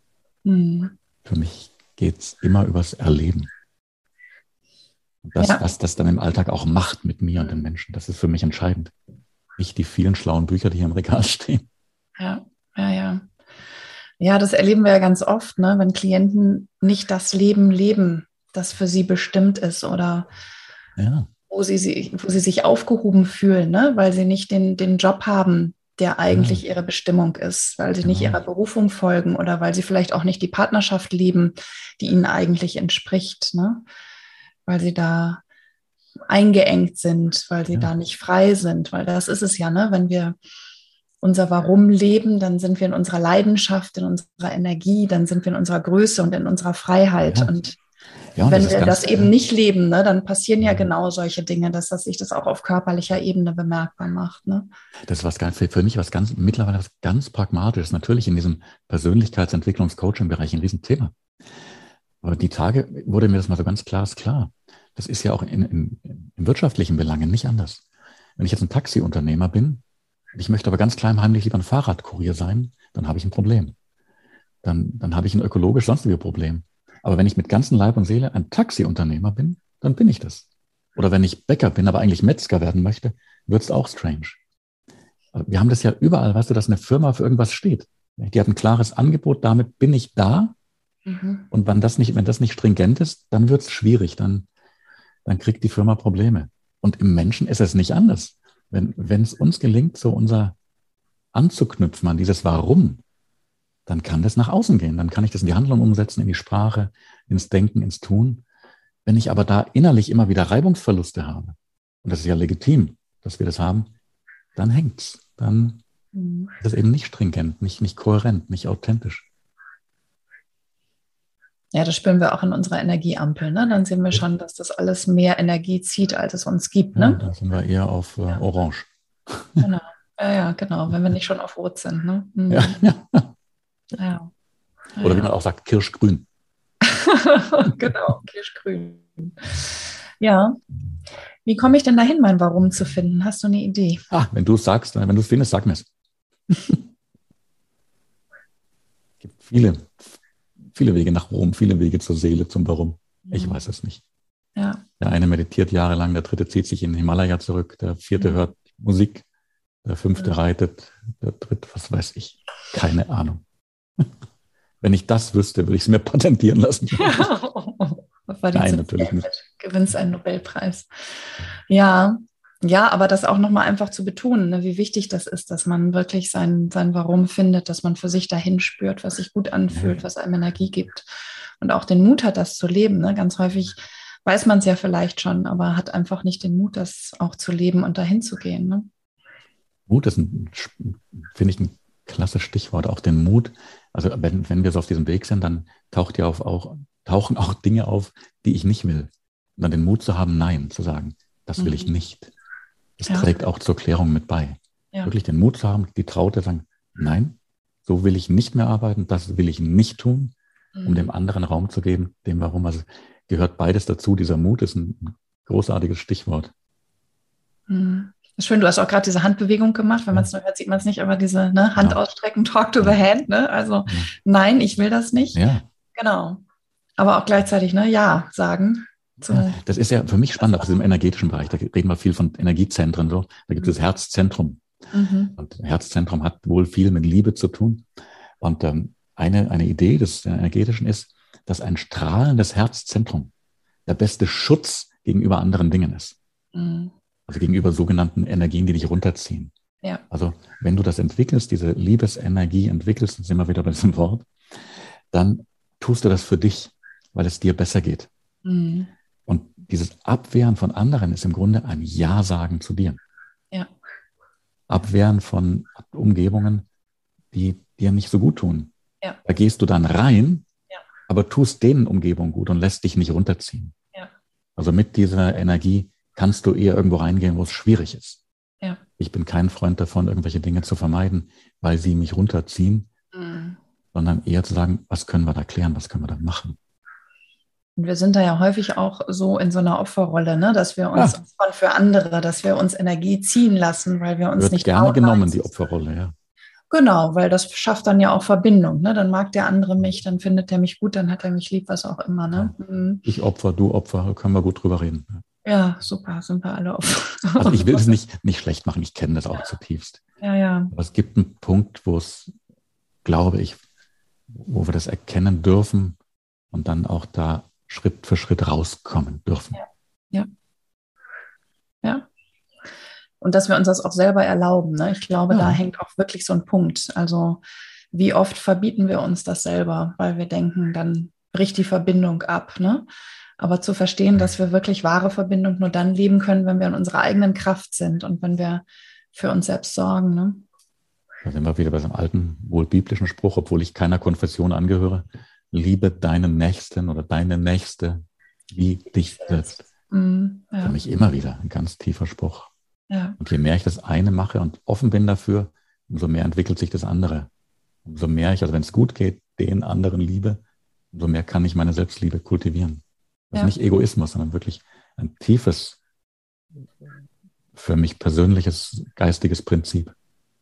Speaker 2: Für mich geht es immer übers Erleben. Und was das dann im Alltag auch macht mit mir und den Menschen, das ist für mich entscheidend. Nicht die vielen schlauen Bücher, die hier im Regal stehen.
Speaker 1: Ja. Ja, das erleben wir ja ganz oft, ne? Wenn Klienten nicht das Leben leben, das für sie bestimmt ist oder wo sie sich aufgehoben fühlen, ne? Weil sie nicht den Job haben, der eigentlich ihre Bestimmung ist, weil sie nicht ihrer Berufung folgen oder weil sie vielleicht auch nicht die Partnerschaft leben, die ihnen eigentlich entspricht, ne? Weil sie da eingeengt sind, weil sie da nicht frei sind, weil das ist es ja, ne? Wenn wir unser Warum leben, dann sind wir in unserer Leidenschaft, in unserer Energie, dann sind wir in unserer Größe und in unserer Freiheit. Und wenn wir das eben nicht leben, ne, dann passieren ja genau solche Dinge, dass sich das auch auf körperlicher Ebene bemerkbar macht. Ne?
Speaker 2: Das ist für mich mittlerweile was ganz Pragmatisches, natürlich in diesem Persönlichkeitsentwicklungs-Coaching-Bereich, in diesem Thema. Aber die Tage wurde mir das mal so ganz klar. Das ist ja auch in wirtschaftlichen Belangen nicht anders. Wenn ich jetzt ein Taxiunternehmer bin, ich möchte aber ganz klammheimlich lieber ein Fahrradkurier sein, dann habe ich ein Problem. Dann habe ich ein ökologisch sonstiges Problem. Aber wenn ich mit ganzem Leib und Seele ein Taxiunternehmer bin, dann bin ich das. Oder wenn ich Bäcker bin, aber eigentlich Metzger werden möchte, wird es auch strange. Wir haben das ja überall, weißt du, dass eine Firma für irgendwas steht. Die hat ein klares Angebot, damit bin ich da. Und wenn das nicht stringent ist, dann wird es schwierig, dann kriegt die Firma Probleme. Und im Menschen ist es nicht anders. Wenn es uns gelingt, so unser anzuknüpfen an dieses Warum, dann kann das nach außen gehen. Dann kann ich das in die Handlung umsetzen, in die Sprache, ins Denken, ins Tun. Wenn ich aber da innerlich immer wieder Reibungsverluste habe, und das ist ja legitim, dass wir das haben, dann hängt's. Dann ist es eben nicht stringent, nicht kohärent, nicht authentisch.
Speaker 1: Ja, das spüren wir auch in unserer Energieampel. Ne? Dann sehen wir schon, dass das alles mehr Energie zieht, als es uns gibt. Ne?
Speaker 2: Ja, dann sind wir eher auf Orange.
Speaker 1: Genau. Ja, genau, wenn wir nicht schon auf Rot sind. Ne? Ja.
Speaker 2: Oder wie man auch sagt, Kirschgrün.
Speaker 1: Genau, Kirschgrün. Ja. Wie komme ich denn dahin, mein Warum zu finden? Hast du eine Idee?
Speaker 2: Wenn du es findest, sag mir es. Es gibt viele Wege nach Rom, viele Wege zur Seele, zum Warum. Ich weiß es nicht.
Speaker 1: Ja.
Speaker 2: Der eine meditiert jahrelang, der dritte zieht sich in den Himalaya zurück, der vierte hört Musik, der fünfte reitet, der dritte, was weiß ich, keine Ahnung. Wenn ich das wüsste, würde ich es mir patentieren lassen. Nein, natürlich nicht.
Speaker 1: Gewinnst einen Nobelpreis. Ja, ja, aber das auch nochmal einfach zu betonen, ne, wie wichtig das ist, dass man wirklich sein Warum findet, dass man für sich dahin spürt, was sich gut anfühlt, was einem Energie gibt und auch den Mut hat, das zu leben. Ne? Ganz häufig weiß man es ja vielleicht schon, aber hat einfach nicht den Mut, das auch zu leben und dahin zu gehen. Ne?
Speaker 2: Mut ist, finde ich, ein klasse Stichwort, auch den Mut. Also wenn wir so auf diesem Weg sind, dann tauchen auch Dinge auf, die ich nicht will. Und dann den Mut zu haben, Nein zu sagen, das will ich nicht. Das trägt auch zur Klärung mit bei. Ja. Wirklich den Mut zu haben, die Traute sagen, nein, so will ich nicht mehr arbeiten, das will ich nicht tun, um dem anderen Raum zu geben, dem Warum. Also gehört beides dazu. Dieser Mut ist ein großartiges Stichwort.
Speaker 1: Das ist schön, du hast auch gerade diese Handbewegung gemacht. Wenn man es nur hört, sieht man es nicht, aber diese Hand ausstrecken, talk to the hand. Ne? Also nein, ich will das nicht.
Speaker 2: Ja.
Speaker 1: Genau. Aber auch gleichzeitig ja sagen.
Speaker 2: Das ist ja für mich spannend, auch im energetischen Bereich. Da reden wir viel von Energiezentren. So. Da gibt es das Herzzentrum. Und das Herzzentrum hat wohl viel mit Liebe zu tun. Und eine Idee des Energetischen ist, dass ein strahlendes Herzzentrum der beste Schutz gegenüber anderen Dingen ist. Also gegenüber sogenannten Energien, die dich runterziehen.
Speaker 1: Ja.
Speaker 2: Also wenn du das entwickelst, diese Liebesenergie entwickelst, dann sind wir wieder bei diesem Wort, dann tust du das für dich, weil es dir besser geht. Und dieses Abwehren von anderen ist im Grunde ein Ja-Sagen zu dir.
Speaker 1: Ja.
Speaker 2: Abwehren von Umgebungen, die dir nicht so gut tun.
Speaker 1: Ja.
Speaker 2: Da gehst du dann rein, aber tust denen Umgebung gut und lässt dich nicht runterziehen.
Speaker 1: Ja.
Speaker 2: Also mit dieser Energie kannst du eher irgendwo reingehen, wo es schwierig ist.
Speaker 1: Ja.
Speaker 2: Ich bin kein Freund davon, irgendwelche Dinge zu vermeiden, weil sie mich runterziehen, sondern eher zu sagen, was können wir da klären, was können wir da machen.
Speaker 1: Und wir sind da ja häufig auch so in so einer Opferrolle, ne? Dass wir uns für andere, dass wir uns Energie ziehen lassen, weil wir uns
Speaker 2: wird
Speaker 1: nicht
Speaker 2: gerne genommen, die Opferrolle, ja.
Speaker 1: Genau, weil das schafft dann ja auch Verbindung. Ne? Dann mag der andere mich, dann findet er mich gut, dann hat er mich lieb, was auch immer. Ne?
Speaker 2: Ja. Ich Opfer, du Opfer, können wir gut drüber reden.
Speaker 1: Ja, super, sind wir alle Opfer.
Speaker 2: Also ich will es nicht schlecht machen, ich kenne das auch zutiefst.
Speaker 1: Ja.
Speaker 2: Aber es gibt einen Punkt, wo es, glaube ich, wo wir das erkennen dürfen und dann auch da Schritt für Schritt rauskommen dürfen.
Speaker 1: Ja. Und dass wir uns das auch selber erlauben. Ne? Ich glaube, da hängt auch wirklich so ein Punkt. Also wie oft verbieten wir uns das selber, weil wir denken, dann bricht die Verbindung ab. Ne? Aber zu verstehen, dass wir wirklich wahre Verbindung nur dann leben können, wenn wir in unserer eigenen Kraft sind und wenn wir für uns selbst sorgen. Ne?
Speaker 2: Da sind wir wieder bei so einem alten, wohl biblischen Spruch, obwohl ich keiner Konfession angehöre. Liebe deinen Nächsten oder deine Nächste wie dich selbst. Für mich immer wieder ein ganz tiefer Spruch.
Speaker 1: Ja.
Speaker 2: Und je mehr ich das eine mache und offen bin dafür, umso mehr entwickelt sich das andere. Umso mehr ich, also wenn es gut geht, den anderen liebe, umso mehr kann ich meine Selbstliebe kultivieren. Das ist nicht Egoismus, sondern wirklich ein tiefes, für mich persönliches, geistiges Prinzip.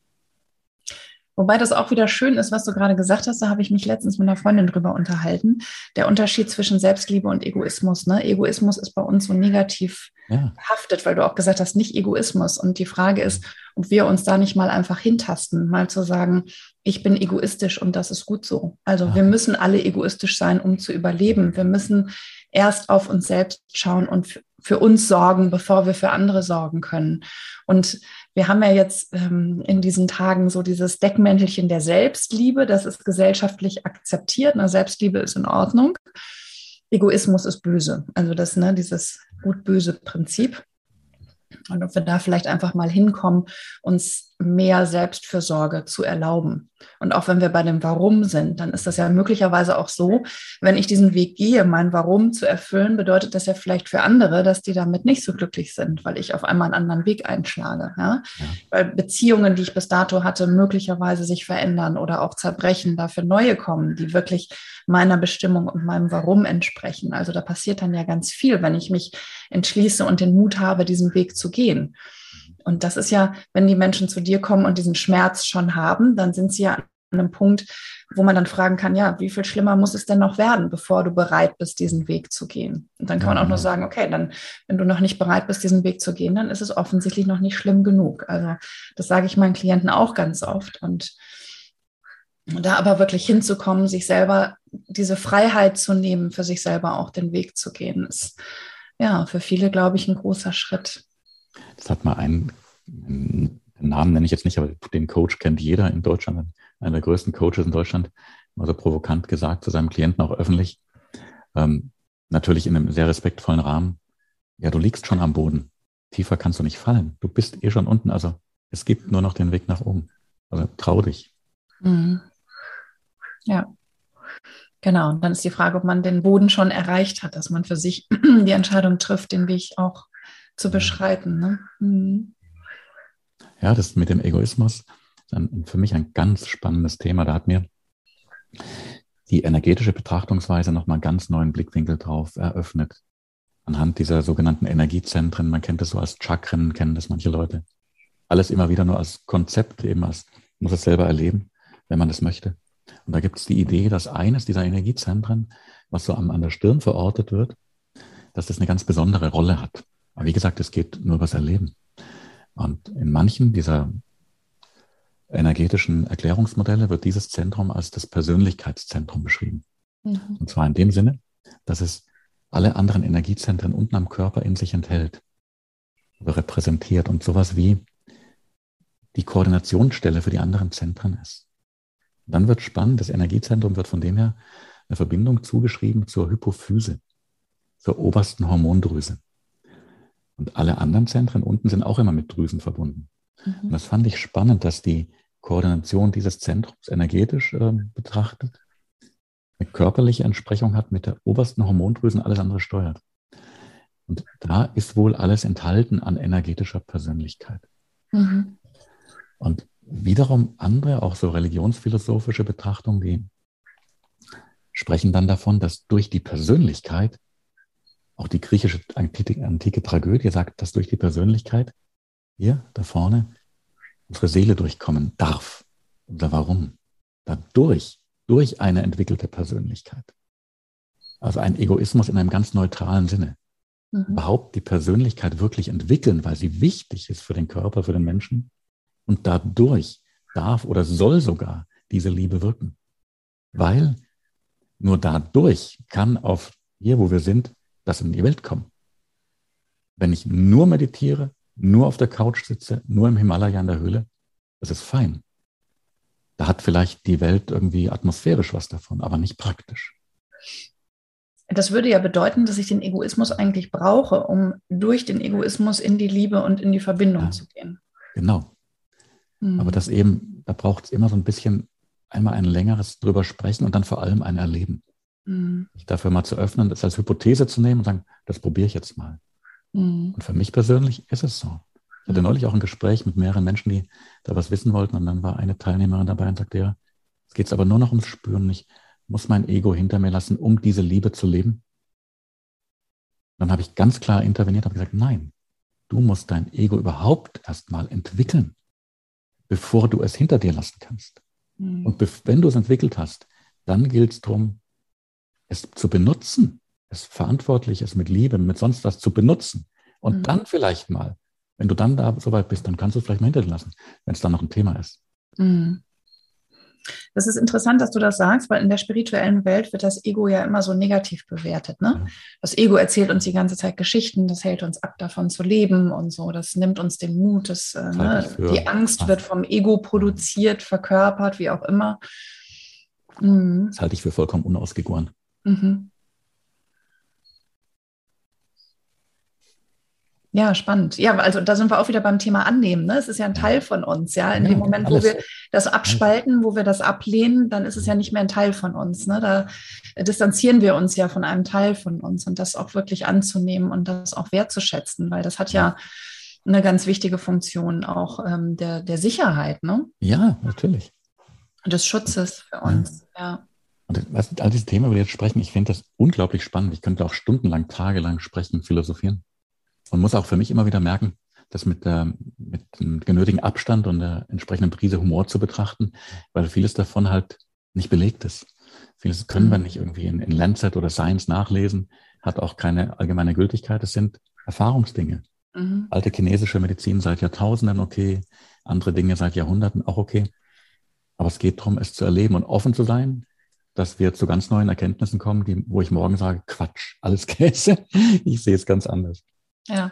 Speaker 1: Wobei das auch wieder schön ist, was du gerade gesagt hast, da habe ich mich letztens mit einer Freundin drüber unterhalten. Der Unterschied zwischen Selbstliebe und Egoismus. Ne? Egoismus ist bei uns so negativ behaftet, weil du auch gesagt hast, nicht Egoismus. Und die Frage ist, ob wir uns da nicht mal einfach hintasten, mal zu sagen, ich bin egoistisch und das ist gut so. Also wir müssen alle egoistisch sein, um zu überleben. Wir müssen erst auf uns selbst schauen und für uns sorgen, bevor wir für andere sorgen können. Und wir haben ja jetzt in diesen Tagen so dieses Deckmäntelchen der Selbstliebe, das ist gesellschaftlich akzeptiert. Na, Selbstliebe ist in Ordnung. Egoismus ist böse. Also das, dieses Gut-Böse-Prinzip. Und ob wir da vielleicht einfach mal hinkommen, uns mehr Selbstfürsorge zu erlauben. Und auch wenn wir bei dem Warum sind, dann ist das ja möglicherweise auch so, wenn ich diesen Weg gehe, mein Warum zu erfüllen, bedeutet das ja vielleicht für andere, dass die damit nicht so glücklich sind, weil ich auf einmal einen anderen Weg einschlage. Ja? Weil Beziehungen, die ich bis dato hatte, möglicherweise sich verändern oder auch zerbrechen, dafür neue kommen, die wirklich meiner Bestimmung und meinem Warum entsprechen. Also da passiert dann ja ganz viel, wenn ich mich entschließe und den Mut habe, diesen Weg zu gehen. Und das ist ja, wenn die Menschen zu dir kommen und diesen Schmerz schon haben, dann sind sie ja an einem Punkt, wo man dann fragen kann, ja, wie viel schlimmer muss es denn noch werden, bevor du bereit bist, diesen Weg zu gehen? Und dann kann man auch nur sagen, okay, dann, wenn du noch nicht bereit bist, diesen Weg zu gehen, dann ist es offensichtlich noch nicht schlimm genug. Also das sage ich meinen Klienten auch ganz oft. Und da aber wirklich hinzukommen, sich selber diese Freiheit zu nehmen, für sich selber auch den Weg zu gehen, ist ja für viele, glaube ich, ein großer Schritt.
Speaker 2: Das hat mal einen Namen nenne ich jetzt nicht, aber den Coach kennt jeder in Deutschland, einer der größten Coaches in Deutschland, also provokant gesagt zu seinem Klienten auch öffentlich, natürlich in einem sehr respektvollen Rahmen, ja, du liegst schon am Boden, tiefer kannst du nicht fallen, du bist schon unten, also es gibt nur noch den Weg nach oben, also trau dich.
Speaker 1: Mhm. Ja, genau. Und dann ist die Frage, ob man den Boden schon erreicht hat, dass man für sich die Entscheidung trifft, den Weg auch zu beschreiten. Ne? Mhm.
Speaker 2: Ja, das mit dem Egoismus ist für mich ein ganz spannendes Thema. Da hat mir die energetische Betrachtungsweise nochmal einen ganz neuen Blickwinkel drauf eröffnet. Anhand dieser sogenannten Energiezentren, man kennt das so als Chakren, kennen das manche Leute. Alles immer wieder nur als Konzept, eben als, muss es selber erleben, wenn man das möchte. Und da gibt es die Idee, dass eines dieser Energiezentren, was so an der Stirn verortet wird, dass das eine ganz besondere Rolle hat. Aber wie gesagt, es geht nur über das Erleben. Und in manchen dieser energetischen Erklärungsmodelle wird dieses Zentrum als das Persönlichkeitszentrum beschrieben. Mhm. Und zwar in dem Sinne, dass es alle anderen Energiezentren unten am Körper in sich enthält oder repräsentiert und sowas wie die Koordinationsstelle für die anderen Zentren ist. Und dann wird spannend, das Energiezentrum wird von dem her eine Verbindung zugeschrieben zur Hypophyse, zur obersten Hormondrüse. Und alle anderen Zentren unten sind auch immer mit Drüsen verbunden. Mhm. Und das fand ich spannend, dass die Koordination dieses Zentrums energetisch betrachtet eine körperliche Entsprechung hat mit der obersten Hormondrüse und alles andere steuert. Und da ist wohl alles enthalten an energetischer Persönlichkeit. Mhm. Und wiederum andere, auch so religionsphilosophische Betrachtungen, die sprechen dann davon, dass durch die Persönlichkeit, auch die griechische antike Tragödie sagt, dass durch die Persönlichkeit hier, da vorne, unsere Seele durchkommen darf. Oder warum? Dadurch, durch eine entwickelte Persönlichkeit. Also ein Egoismus in einem ganz neutralen Sinne. Mhm. Überhaupt die Persönlichkeit wirklich entwickeln, weil sie wichtig ist für den Körper, für den Menschen. Und dadurch darf oder soll sogar diese Liebe wirken. Weil nur dadurch kann auf hier, wo wir sind, das in die Welt kommen. Wenn ich nur meditiere, nur auf der Couch sitze, nur im Himalaya in der Höhle, das ist fein. Da hat vielleicht die Welt irgendwie atmosphärisch was davon, aber nicht praktisch.
Speaker 1: Das würde ja bedeuten, dass ich den Egoismus eigentlich brauche, um durch den Egoismus in die Liebe und in die Verbindung zu gehen.
Speaker 2: Genau. Aber das eben, da braucht es immer so ein bisschen einmal ein längeres drüber sprechen und dann vor allem ein Erleben. Sich dafür mal zu öffnen, das als Hypothese zu nehmen und sagen, das probiere ich jetzt mal. Und für mich persönlich ist es so. Ich hatte neulich auch ein Gespräch mit mehreren Menschen, die da was wissen wollten und dann war eine Teilnehmerin dabei und sagte, ja, jetzt geht es aber nur noch ums Spüren. Ich muss mein Ego hinter mir lassen, um diese Liebe zu leben. Dann habe ich ganz klar interveniert und gesagt, nein, du musst dein Ego überhaupt erstmal entwickeln, bevor du es hinter dir lassen kannst. Und wenn du es entwickelt hast, dann gilt es darum, es zu benutzen, es verantwortlich ist mit Liebe, mit sonst was zu benutzen. Und dann vielleicht mal, wenn du dann da so weit bist, dann kannst du es vielleicht mal hinter dir lassen, wenn es dann noch ein Thema ist.
Speaker 1: Das ist interessant, dass du das sagst, weil in der spirituellen Welt wird das Ego ja immer so negativ bewertet. Ne? Ja. Das Ego erzählt uns die ganze Zeit Geschichten, das hält uns ab, davon zu leben und so. Das nimmt uns den Mut. Die Angst wird vom Ego produziert, verkörpert, wie auch immer.
Speaker 2: Das halte ich für vollkommen unausgegoren.
Speaker 1: Ja, spannend. Ja, also da sind wir auch wieder beim Thema Annehmen. Ne? Es ist ja ein Teil von uns. Ja, in dem Moment, wo wir das abspalten, wo wir das ablehnen, dann ist es ja nicht mehr ein Teil von uns. Ne? Da distanzieren wir uns ja von einem Teil von uns und das auch wirklich anzunehmen und das auch wertzuschätzen, weil das hat ja eine ganz wichtige Funktion auch der Sicherheit. Ne?
Speaker 2: Ja, natürlich.
Speaker 1: Und des Schutzes für uns. Ja.
Speaker 2: Und all diese Themen, über die wir jetzt sprechen, ich finde das unglaublich spannend. Ich könnte auch stundenlang, tagelang sprechen und philosophieren. Und muss auch für mich immer wieder merken, das mit dem genötigen Abstand und der entsprechenden Prise Humor zu betrachten, weil vieles davon halt nicht belegt ist. Vieles können wir nicht irgendwie in Lancet oder Science nachlesen, hat auch keine allgemeine Gültigkeit. Es sind Erfahrungsdinge. Alte chinesische Medizin seit Jahrtausenden okay, andere Dinge seit Jahrhunderten auch okay. Aber es geht darum, es zu erleben und offen zu sein, dass wir zu ganz neuen Erkenntnissen kommen, wo ich morgen sage, Quatsch, alles Käse. Ich sehe es ganz anders.
Speaker 1: Ja.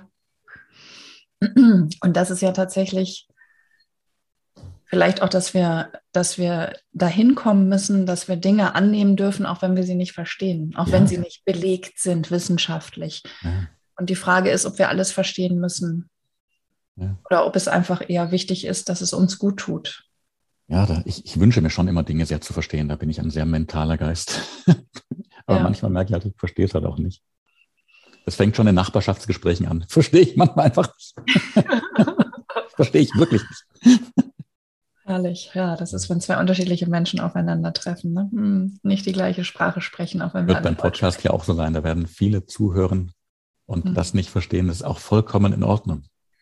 Speaker 1: Und das ist ja tatsächlich vielleicht auch, dass wir dahin kommen müssen, dass wir Dinge annehmen dürfen, auch wenn wir sie nicht verstehen, auch wenn sie nicht belegt sind wissenschaftlich. Ja. Und die Frage ist, ob wir alles verstehen müssen oder ob es einfach eher wichtig ist, dass es uns gut tut.
Speaker 2: Ja, ich wünsche mir schon immer Dinge sehr zu verstehen. Da bin ich ein sehr mentaler Geist. Aber manchmal merke ich halt, ich verstehe es halt auch nicht. Das fängt schon in Nachbarschaftsgesprächen an. Verstehe ich manchmal einfach nicht. Verstehe ich wirklich nicht.
Speaker 1: Herrlich, ja, das ist, wenn zwei unterschiedliche Menschen aufeinandertreffen, ne? Nicht die gleiche Sprache sprechen, auch wenn wir
Speaker 2: wird beim Podcast hier auch so sein. Da werden viele zuhören und das nicht verstehen. Das ist auch vollkommen in Ordnung.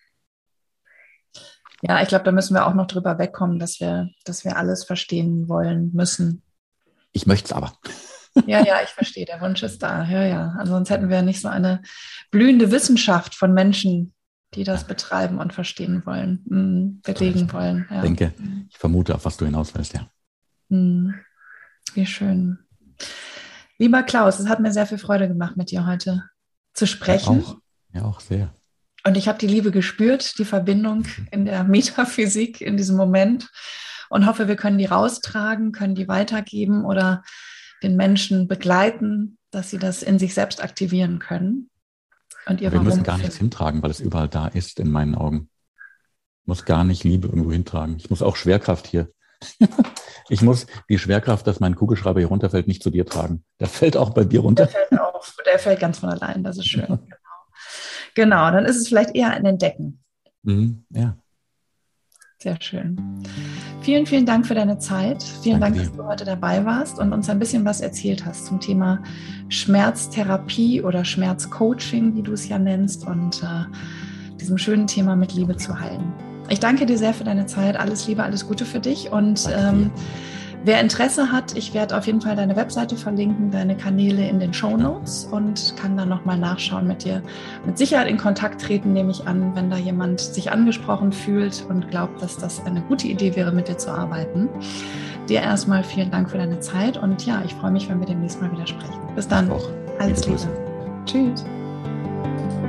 Speaker 1: Ja, ich glaube, da müssen wir auch noch drüber wegkommen, dass wir alles verstehen wollen müssen.
Speaker 2: Ich möchte es aber.
Speaker 1: Ja, ich verstehe. Der Wunsch ist da. Ja. Also sonst hätten wir nicht so eine blühende Wissenschaft von Menschen, die das betreiben und verstehen wollen, belegen wollen. Ja.
Speaker 2: Ich denke, ich vermute, auf was du hinaus willst, ja.
Speaker 1: Wie schön. Lieber Klaus, es hat mir sehr viel Freude gemacht, mit dir heute zu sprechen.
Speaker 2: Ja, auch sehr.
Speaker 1: Und ich habe die Liebe gespürt, die Verbindung in der Metaphysik in diesem Moment und hoffe, wir können die raustragen, können die weitergeben oder den Menschen begleiten, dass sie das in sich selbst aktivieren können. Und
Speaker 2: wir müssen gar nichts hintragen, weil es überall da ist, in meinen Augen. Ich muss gar nicht Liebe irgendwo hintragen. Ich muss auch Schwerkraft hier. Ich muss die Schwerkraft, dass mein Kugelschreiber hier runterfällt, nicht zu dir tragen. Der fällt auch bei dir runter.
Speaker 1: Der fällt ganz von allein, das ist schön. Genau, dann ist es vielleicht eher ein Entdecken.
Speaker 2: Ja.
Speaker 1: Sehr schön. Vielen, vielen Dank für deine Zeit. Vielen Dank, dass du heute dabei warst und uns ein bisschen was erzählt hast zum Thema Schmerztherapie oder Schmerzcoaching, wie du es ja nennst, und diesem schönen Thema mit Liebe zu heilen. Ich danke dir sehr für deine Zeit. Alles Liebe, alles Gute für dich. Und wer Interesse hat, ich werde auf jeden Fall deine Webseite verlinken, deine Kanäle in den Shownotes und kann dann nochmal nachschauen, mit dir mit Sicherheit in Kontakt treten, nehme ich an, wenn da jemand sich angesprochen fühlt und glaubt, dass das eine gute Idee wäre, mit dir zu arbeiten. Dir erstmal vielen Dank für deine Zeit und ja, ich freue mich, wenn wir demnächst mal wieder sprechen. Bis dann. Alles Liebe. Tschüss.